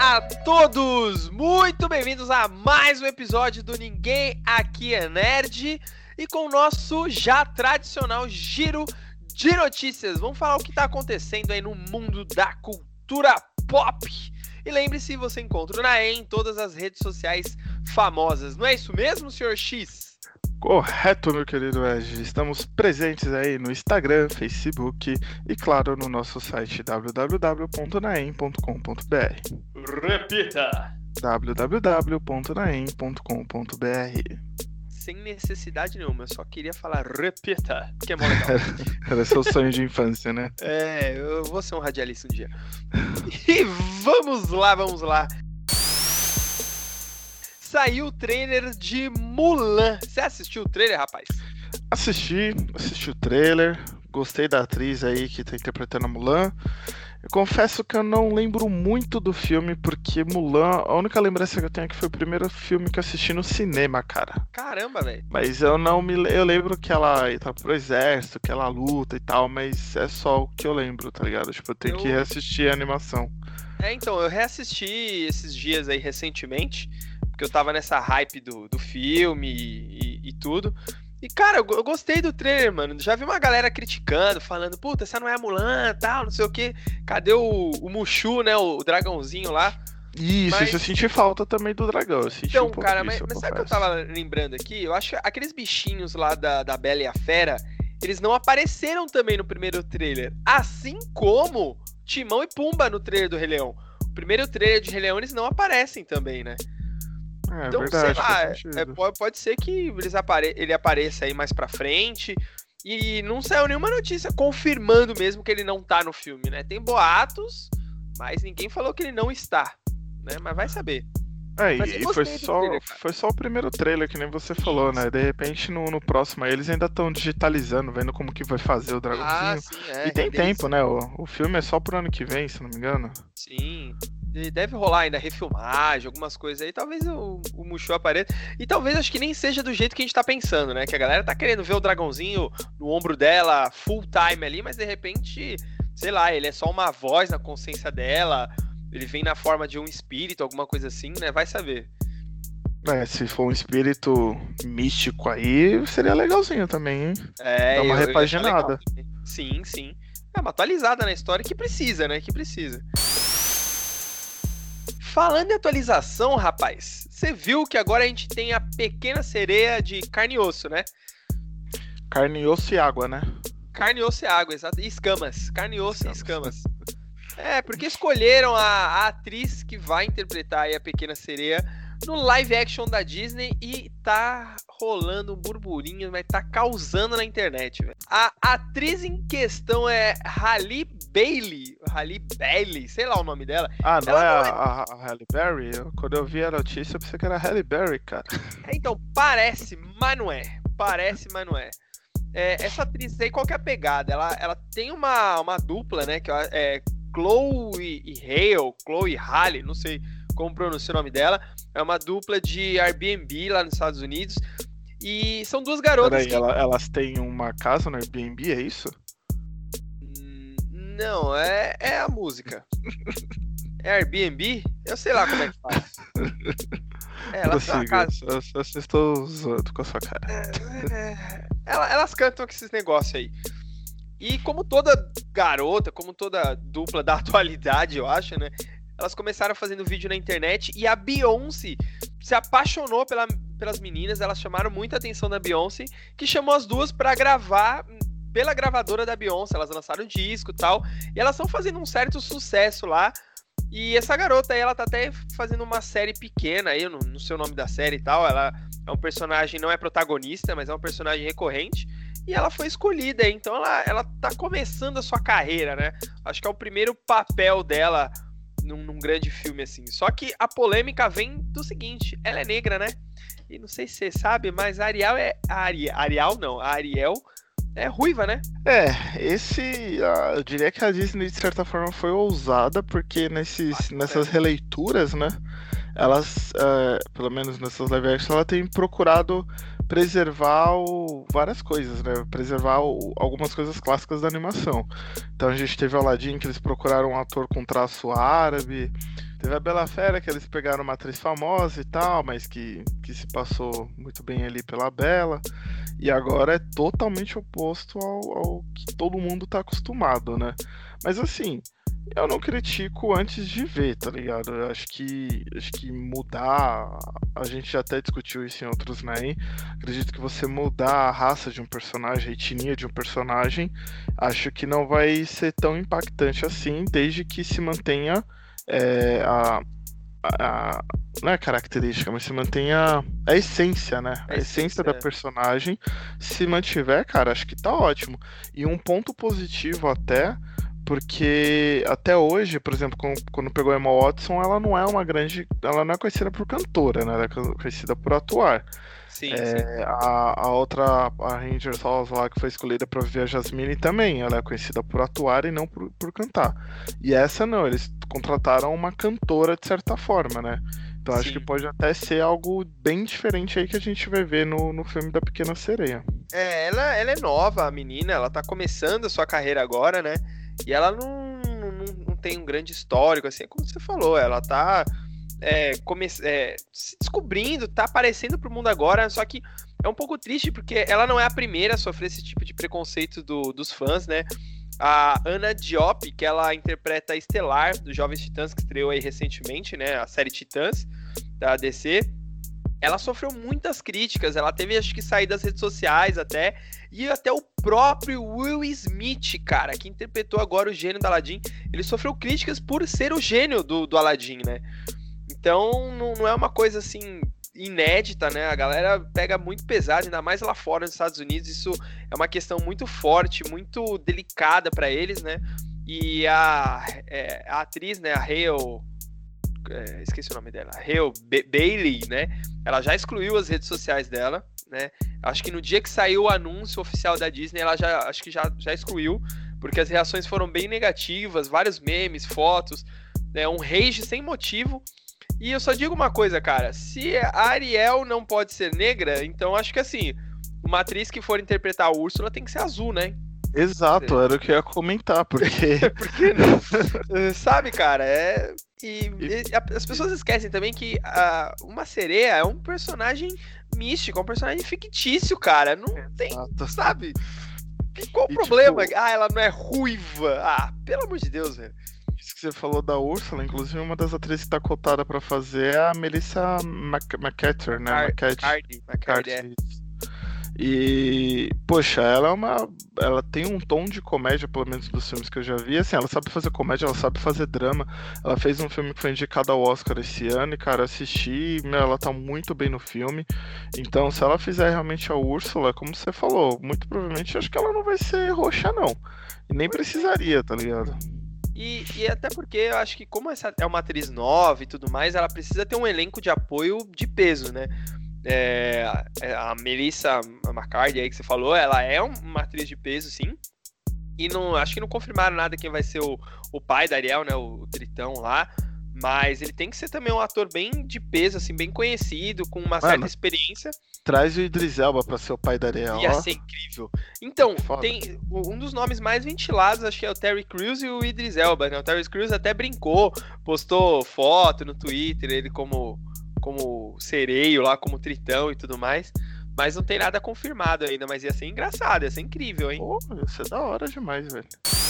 a todos! Muito bem-vindos a mais um episódio do Ninguém Aqui é Nerd e com o nosso já tradicional giro de notícias. Vamos falar o que está acontecendo aí no mundo da cultura pop. E lembre-se, você encontra o Naem em todas as redes sociais famosas. Não é isso mesmo, Sr. X? Correto, meu querido Ed. Estamos presentes aí no Instagram, Facebook e, claro, no nosso site www.naem.com.br. Repita! www.naem.com.br. Sem necessidade nenhuma, eu só queria falar repita, que é mó legal. Era seu sonho de infância, né? É, eu vou ser um radialista um dia. E vamos lá. Saiu o trailer de Mulan. Você assistiu o trailer, rapaz? Assisti o trailer, gostei da atriz aí que tá interpretando a Mulan. Eu confesso que eu não lembro muito do filme, porque Mulan, a única lembrança que eu tenho é que foi o primeiro filme que eu assisti no cinema, cara. Caramba, velho. Mas eu lembro que ela tá pro exército, que ela luta e tal, mas é só o que eu lembro, tá ligado? Tipo, eu tenho que reassistir a animação. Então, eu reassisti esses dias aí recentemente, porque eu tava nessa hype do filme e tudo. E, cara, eu gostei do trailer, mano. Já vi uma galera criticando, falando, puta, essa não é a Mulan, tal, não sei o quê. Cadê o Mushu, né, o dragãozinho lá? Isso, eu senti falta também do dragão. Eu senti então, um pouco cara, disso, mas sabe o que eu tava lembrando aqui? Eu acho que aqueles bichinhos lá da Bela e a Fera, eles não apareceram também no primeiro trailer. Assim como Timão e Pumba no trailer do Rei Leão. O primeiro trailer de Rei Leão, eles não aparecem também, né? É então, verdade, sei lá, pode ser que ele apareça aí mais pra frente. E não saiu nenhuma notícia confirmando mesmo que ele não tá no filme, né? Tem boatos, mas ninguém falou que ele não está, né? Mas vai saber. E foi só o primeiro trailer, que nem você falou, né? De repente, no próximo aí, eles ainda estão digitalizando, vendo como que vai fazer o dragãozinho. Sim, e tem tempo, né? O filme é só pro ano que vem, se não me engano. Sim. Deve rolar ainda refilmagem, algumas coisas aí. Talvez o Mushu apareça. E talvez acho que nem seja do jeito que a gente tá pensando, né? Que a galera tá querendo ver o dragãozinho no ombro dela full time ali, mas de repente, sei lá, ele é só uma voz na consciência dela. Ele vem na forma de um espírito, alguma coisa assim, né? Vai saber. Se for um espírito místico aí, seria legalzinho também, hein? Dá uma repaginada. Sim. É uma atualizada na história que precisa, né? Falando em atualização, rapaz, você viu que agora a gente tem a Pequena Sereia de carne e osso, né? Carne e osso e água, né? Carne, osso e água, exato. E escamas. Carne, osso e escamas. Porque escolheram a atriz que vai interpretar aí a Pequena Sereia no live action da Disney e tá rolando um burburinho, mas tá causando na internet, velho. A atriz em questão é Halle Bailey, sei lá o nome dela. Não é a Halle Berry? Quando eu vi a notícia, eu pensei que era a Halle Berry, cara. Então, parece, mas não é. Essa atriz aí, qual que é a pegada? Ela tem uma dupla, né, que é Chloe Halle, não sei como pronuncia o nome dela. É uma dupla de Airbnb lá nos Estados Unidos. E são duas garotas. Peraí, elas têm uma casa no Airbnb, é isso? Não, é a música. É Airbnb? Eu sei lá como é que faz. Elas têm uma casa. Eu estou zoando com a sua cara. Elas cantam com esses negócios aí. E como toda garota, como toda dupla da atualidade, eu acho, né? Elas começaram fazendo vídeo na internet e a Beyoncé se apaixonou pelas meninas. Elas chamaram muita atenção da Beyoncé, que chamou as duas pra gravar pela gravadora da Beyoncé. Elas lançaram um disco e tal. E elas estão fazendo um certo sucesso lá. E essa garota aí, ela tá até fazendo uma série pequena aí, eu não sei o nome da série e tal. Ela é um personagem, não é protagonista, mas é um personagem recorrente. E ela foi escolhida, então ela tá começando a sua carreira, né? Acho que é o primeiro papel dela num grande filme, assim. Só que a polêmica vem do seguinte, ela é negra, né? E não sei se você sabe, mas a Ariel é ruiva, né? Eu diria que a Disney, de certa forma, foi ousada, porque nessas releituras, né? Elas, pelo menos nessas live action, ela tem procurado preservar várias coisas, né? Preservar algumas coisas clássicas da animação. Então a gente teve o Aladdin, que eles procuraram um ator com traço árabe. Teve a Bela Fera, que eles pegaram uma atriz famosa e tal, mas que se passou muito bem ali pela Bela. E agora é totalmente oposto ao que todo mundo tá acostumado, né? Mas assim, eu não critico antes de ver, tá ligado? Eu acho que mudar, a gente já até discutiu isso em outros NEM. Acredito que você mudar a raça de um personagem, a etnia de um personagem, acho que não vai ser tão impactante assim, desde que se mantenha é, não é característica, mas se mantenha a essência, né? A essência da personagem se mantiver, cara, acho que tá ótimo. E um ponto positivo até, porque até hoje, por exemplo, quando pegou a Emma Watson, ela não é uma grande, ela não é conhecida por cantora, né? Ela é conhecida por atuar. Sim. A outra, a Ranger Halls lá, que foi escolhida para viver a Jasmine também, ela é conhecida por atuar e não por cantar. E essa não, eles contrataram uma cantora de certa forma, né? Então acho que pode até ser algo bem diferente aí que a gente vai ver no filme da Pequena Sereia. Ela é nova, a menina, ela tá começando a sua carreira agora, né? E ela não tem um grande histórico, assim, como você falou, ela tá se descobrindo, tá aparecendo pro mundo agora, só que é um pouco triste porque ela não é a primeira a sofrer esse tipo de preconceito dos fãs, né? A Anna Diop, que ela interpreta a Estelar dos Jovens Titãs, que estreou aí recentemente, né? A série Titãs da DC. Ela sofreu muitas críticas, ela teve, acho que, sair das redes sociais até, e até o próprio Will Smith, cara, que interpretou agora o gênio do Aladdin, ele sofreu críticas por ser o gênio do Aladdin, né? Então, não é uma coisa, assim, inédita, né? A galera pega muito pesado, ainda mais lá fora nos Estados Unidos, isso é uma questão muito forte, muito delicada pra eles, né? E a atriz, né, a Hale... esqueci o nome dela, Hale Bailey, né? Ela já excluiu as redes sociais dela, né? Acho que no dia que saiu o anúncio oficial da Disney, ela já excluiu, porque as reações foram bem negativas, vários memes, fotos, né? Um rage sem motivo. E eu só digo uma coisa, cara, se a Ariel não pode ser negra, então acho que assim, uma atriz que for interpretar a Úrsula tem que ser azul, né? Exato, era o que eu ia comentar, porque... porque não? Sabe, cara, as pessoas esquecem também que uma sereia é um personagem místico, é um personagem fictício, cara. Não tem, sabe? Qual o problema? Tipo... ela não é ruiva. Pelo amor de Deus, velho. Isso que você falou da Úrsula, inclusive uma das atrizes que tá cotada pra fazer é a Melissa McCarthy, né? McCarthy. E, poxa, ela tem um tom de comédia, pelo menos dos filmes que eu já vi, assim, ela sabe fazer comédia, ela sabe fazer drama, ela fez um filme que foi indicado ao Oscar esse ano, e, cara, assisti, ela tá muito bem no filme, então, se ela fizer realmente a Úrsula, como você falou, muito provavelmente, acho que ela não vai ser roxa, não, e nem precisaria, tá ligado? E até porque eu acho que como essa é uma atriz nova e tudo mais, ela precisa ter um elenco de apoio de peso, né? A Melissa McCarthy aí que você falou, ela é uma atriz de peso, sim. E acho que não confirmaram nada quem vai ser o pai da Ariel, né? O Tritão lá. Mas ele tem que ser também um ator bem de peso, assim, bem conhecido, com uma certa experiência. Traz o Idris Elba pra ser o pai da Ariel. Ia ser incrível. Então, tem um dos nomes mais ventilados, acho que é o Terry Crews e o Idris Elba, né? O Terry Crews até brincou, postou foto no Twitter, ele como sereio lá, como tritão e tudo mais. Mas não tem nada confirmado ainda, mas ia ser engraçado, ia ser incrível, hein? Pô, ia ser da hora demais, velho.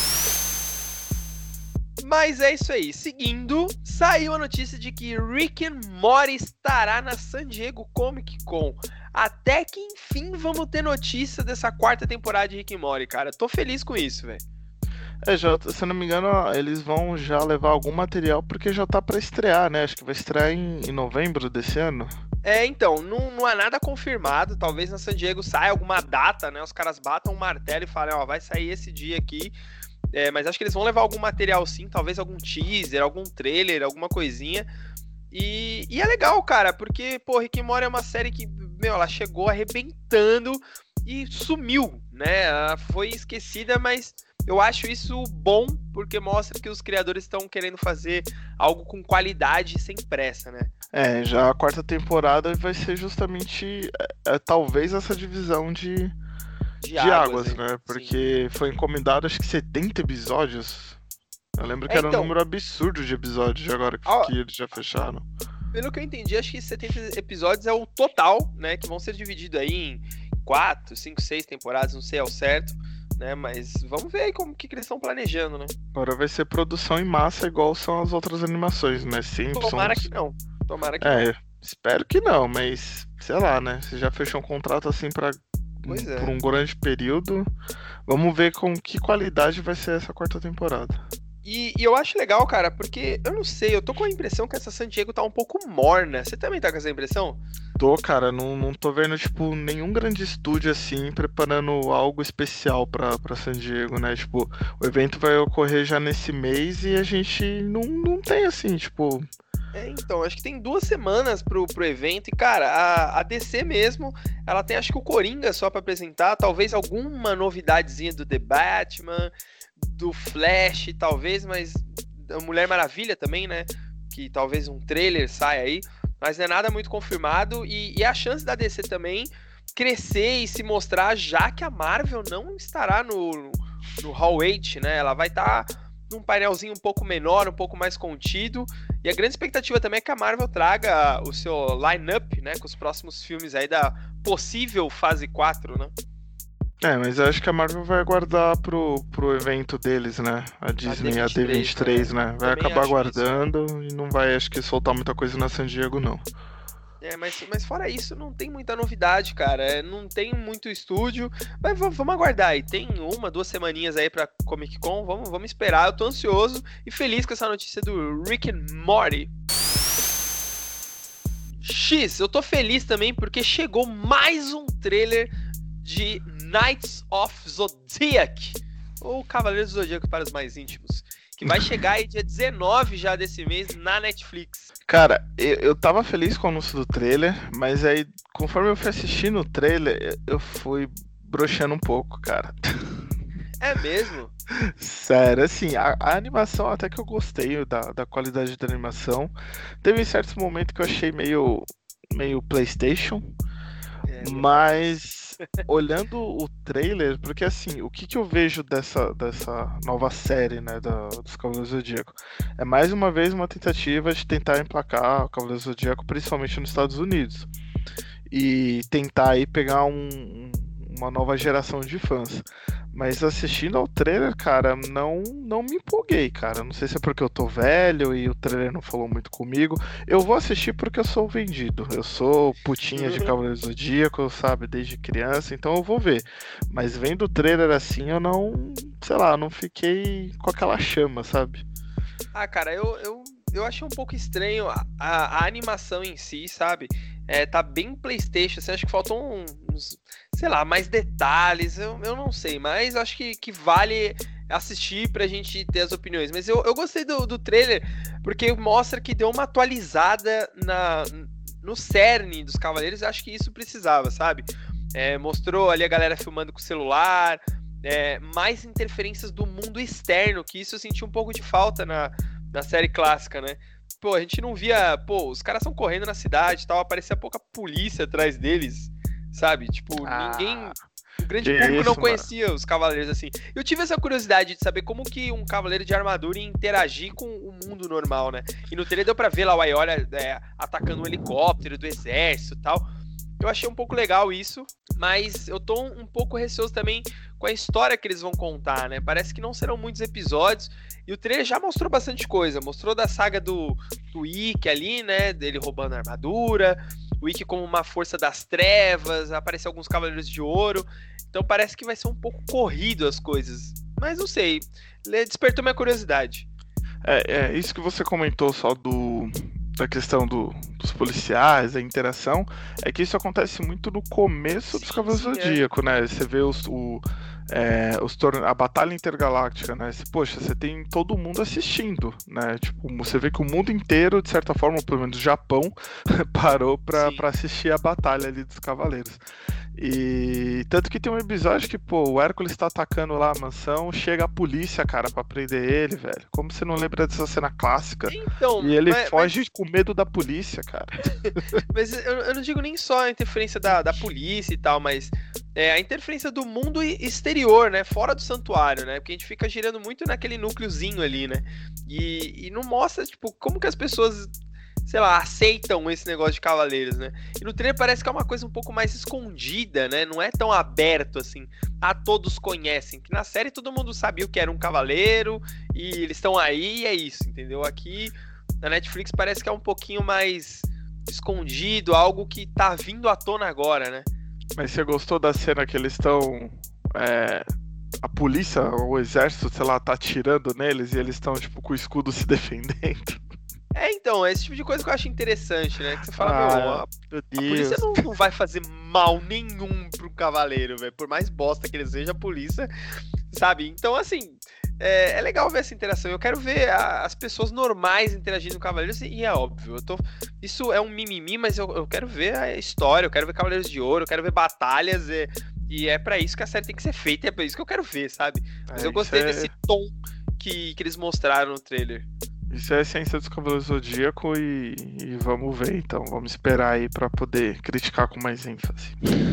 Mas é isso aí. Seguindo, saiu a notícia de que Rick and Morty estará na San Diego Comic Con. Até que enfim vamos ter notícia dessa quarta temporada de Rick and Morty, cara. Tô feliz com isso, velho. Se eu não me engano, eles vão já levar algum material porque já tá pra estrear, né? Acho que vai estrear em novembro desse ano. Então, não há nada confirmado. Talvez na San Diego saia alguma data, né? Os caras batam um martelo e falem, vai sair esse dia aqui. Mas acho que eles vão levar algum material sim, talvez algum teaser, algum trailer, alguma coisinha. E é legal, cara, porque, pô, Rick and Morty é uma série que, ela chegou arrebentando e sumiu, né? Ela foi esquecida, mas eu acho isso bom, porque mostra que os criadores estão querendo fazer algo com qualidade e sem pressa, né? Já a quarta temporada vai ser justamente, talvez essa divisão de águas, né? Porque foi encomendado acho que 70 episódios. Eu lembro que era um Então, número absurdo de episódios agora ó, que eles já fecharam. pelo que eu entendi, acho que 70 episódios é o total, né? Que vão ser divididos aí em 4, 5, 6 temporadas, não sei ao certo, né? Mas vamos ver aí como que eles estão planejando, né? Agora vai ser produção em massa igual são as outras animações, né? Tomara Simpsons. que não. Tomara que não. Espero que não, mas sei lá, né? Você já fechou um contrato assim Pois é. por um grande período. Vamos ver com que qualidade vai ser essa quarta temporada. E eu acho legal, cara, porque eu não sei, eu tô com a impressão que essa San Diego tá um pouco morna. Você também tá com essa impressão? Tô, cara, não tô vendo, tipo, nenhum grande estúdio assim preparando algo especial pra San Diego, né? Tipo, o evento vai ocorrer já nesse mês e a gente não tem assim, tipo. Então, acho que tem 2 semanas pro evento. E, cara, a DC mesmo, ela tem acho que o Coringa só pra apresentar. Talvez alguma novidadezinha do The Batman, do Flash, talvez, mas a Mulher Maravilha também, né? Que talvez um trailer saia aí. Mas não é nada muito confirmado. E a chance da DC também crescer e se mostrar, já que a Marvel não estará no Hall 8, né? Ela vai estar num painelzinho um pouco menor, um pouco mais contido. E a grande expectativa também é que a Marvel traga o seu line-up, né? Com os próximos filmes aí da possível fase 4, né? Mas eu acho que a Marvel vai aguardar pro evento deles, né? A Disney, a D23, né? Vai Também acabar acho aguardando e não vai, acho que, soltar muita coisa na San Diego, não. Mas fora isso, não tem muita novidade, cara. Não tem muito estúdio. Mas vamos aguardar aí. Tem 1, 2 semaninhas aí pra Comic Con. Vamos esperar. Eu tô ansioso e feliz com essa notícia do Rick and Morty. Eu tô feliz também porque chegou mais um trailer de Knights of Zodiac, ou Cavaleiros do Zodíaco para os mais íntimos, que vai chegar aí dia 19 já desse mês na Netflix. Cara, eu tava feliz com o anúncio do trailer, mas aí, conforme eu fui assistindo o trailer, eu fui broxando um pouco, cara. É mesmo? Sério, assim, a animação até que eu gostei da qualidade da animação. Teve certos momentos que eu achei meio PlayStation, mas olhando o trailer, porque assim, o que eu vejo dessa nova série, né, dos Cavaleiros do Zodíaco? É mais uma vez uma tentativa de tentar emplacar o Cavaleiros do Zodíaco, principalmente nos Estados Unidos, e tentar aí pegar uma nova geração de fãs. Mas assistindo ao trailer, cara, não me empolguei, cara. Não sei se é porque eu tô velho e o trailer não falou muito comigo. Eu vou assistir porque eu sou vendido. Eu sou putinha de Cavaleiros do Zodíaco, sabe, desde criança, então eu vou ver. Mas vendo o trailer assim, eu não fiquei com aquela chama, sabe? Ah, cara, eu achei um pouco estranho a animação em si, sabe? Tá bem PlayStation, assim, acho que faltou uns, sei lá, mais detalhes, eu não sei, mas acho que vale assistir pra gente ter as opiniões. Mas eu gostei do trailer, porque mostra que deu uma atualizada no cerne dos Cavaleiros, eu acho que isso precisava, sabe? Mostrou ali a galera filmando com o celular, mais interferências do mundo externo, que isso eu senti um pouco de falta na série clássica, né? Pô, a gente não via... Pô, os caras estão correndo na cidade e tal, aparecia pouca polícia atrás deles, sabe? Tipo, ninguém... O grande público não conhecia os cavaleiros, assim. Eu tive essa curiosidade de saber como que um cavaleiro de armadura ia interagir com o mundo normal, né? E no trailer deu pra ver lá o Aiora atacando um helicóptero do exército e tal. Eu achei um pouco legal isso, mas eu tô um pouco receoso também com a história que eles vão contar, né? Parece que não serão muitos episódios, e o trailer já mostrou bastante coisa. Mostrou da saga do Ikki ali, né? Dele roubando a armadura, o Ikki como uma força das trevas, apareceu alguns Cavaleiros de Ouro. Então parece que vai ser um pouco corrido as coisas. Mas não sei, despertou minha curiosidade. Isso que você comentou só da questão dos policiais, da interação, é que isso acontece muito no começo dos Cavaleiros do Zodíaco, né? Você vê a Batalha Intergaláctica, né? Poxa, você tem todo mundo assistindo, né? Tipo, você vê que o mundo inteiro, de certa forma, pelo menos o Japão, parou pra assistir a batalha ali dos Cavaleiros. E tanto que tem um episódio que, pô, o Hércules tá atacando lá a mansão, chega a polícia, cara, pra prender ele, velho. Como você não lembra dessa cena clássica? Então, e ele foge com medo da polícia, cara. Mas eu não digo nem só a interferência da polícia e tal, mas a interferência do mundo exterior, né? Fora do santuário, né? Porque a gente fica girando muito naquele núcleozinho ali, né? E não mostra, tipo, como que as pessoas, sei lá, aceitam esse negócio de cavaleiros, né? E no trailer parece que é uma coisa um pouco mais escondida, né? Não é tão aberto assim. Todos conhecem. Que na série todo mundo sabia o que era um cavaleiro e eles estão aí e é isso, entendeu? Aqui na Netflix parece que é um pouquinho mais escondido, algo que tá vindo à tona agora, né? Mas você gostou da cena que eles estão... a polícia, o exército, sei lá, tá atirando neles e eles estão, tipo, com o escudo se defendendo? Então, é esse tipo de coisa que eu acho interessante, né? Que você fala, a polícia não vai fazer mal nenhum pro cavaleiro, velho. Por mais bosta que ele seja, a polícia, sabe? Então, assim, é legal ver essa interação. Eu quero ver as pessoas normais interagindo com cavaleiros e é óbvio. Isso é um mimimi, mas eu quero ver a história, eu quero ver Cavaleiros de Ouro, eu quero ver batalhas e é pra isso que a série tem que ser feita, é pra isso que eu quero ver, sabe? Mas eu gostei desse tom que eles mostraram no trailer. Isso é a essência dos Cavaleiros do Zodíaco e vamos ver, então. Vamos esperar aí pra poder criticar com mais ênfase.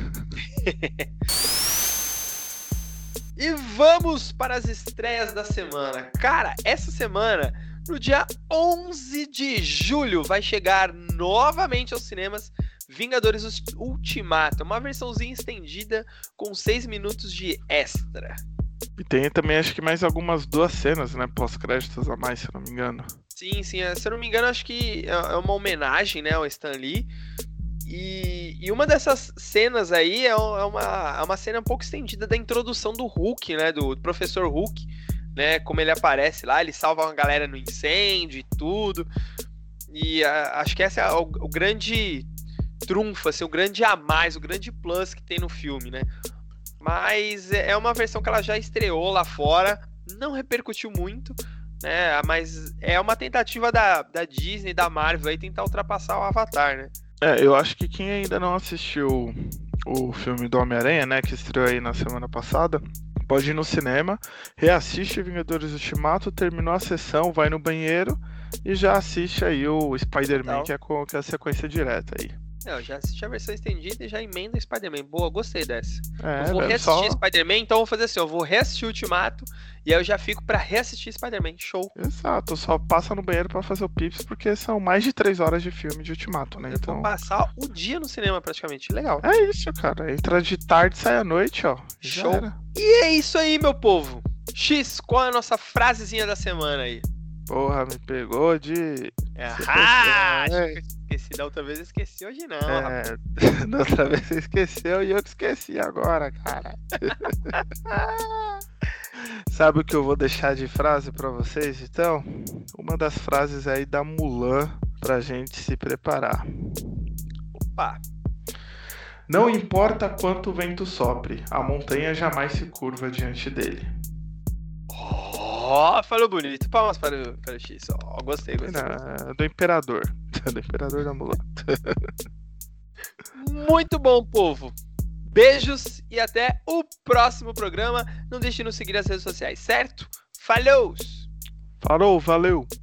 E vamos para as estreias da semana. Cara, essa semana, no dia 11 de julho, vai chegar novamente aos cinemas Vingadores Ultimato. Uma versãozinha estendida com 6 minutos de extra. E tem também, acho que mais algumas 2 cenas, né? Pós-créditos a mais, se eu não me engano. Sim. Se eu não me engano, acho que é uma homenagem, né, ao Stan Lee. E uma dessas cenas aí é uma cena um pouco estendida da introdução do Hulk, né? Do Professor Hulk, né? Como ele aparece lá, ele salva uma galera no incêndio e tudo. E acho que esse é o grande trunfo, assim, o grande a mais, o grande plus que tem no filme, né? Mas é uma versão que ela já estreou lá fora, não repercutiu muito, né? Mas é uma tentativa da Disney, da Marvel aí tentar ultrapassar o Avatar, né? Eu acho que quem ainda não assistiu o filme do Homem-Aranha, né, que estreou aí na semana passada, pode ir no cinema, reassiste Vingadores Ultimato, terminou a sessão, vai no banheiro e já assiste aí o Spider-Man, que é a sequência direta aí. Eu já assisti a versão estendida e já emenda o Spider-Man. Boa, gostei dessa. Eu vou velho, reassistir Spider-Man, então eu vou fazer assim, eu vou reassistir Ultimato e aí eu já fico pra reassistir Spider-Man. Show. Exato, só passa no banheiro pra fazer o pips, porque são mais de 3 horas de filme de Ultimato, né? Então vou passar o dia no cinema praticamente. Legal. É isso, cara. Entra de tarde e sai à noite, ó. Show. E é isso aí, meu povo. X, qual é a nossa frasezinha da semana aí? Porra, me pegou de... Acho que eu esqueci. Da outra vez eu esqueci, hoje não, rapaz. Da outra vez você esqueceu e eu te esqueci agora, cara. Sabe o que eu vou deixar de frase pra vocês, então? Uma das frases aí da Mulan pra gente se preparar. Opa! Não importa quanto o vento sopre, a montanha jamais se curva diante dele. Falou bonito. Palmas para o X. Gostei. Do Imperador. Do Imperador da Mulan. Muito bom, povo. Beijos e até o próximo programa. Não deixe de nos seguir nas redes sociais, certo? Falou! Falou, valeu!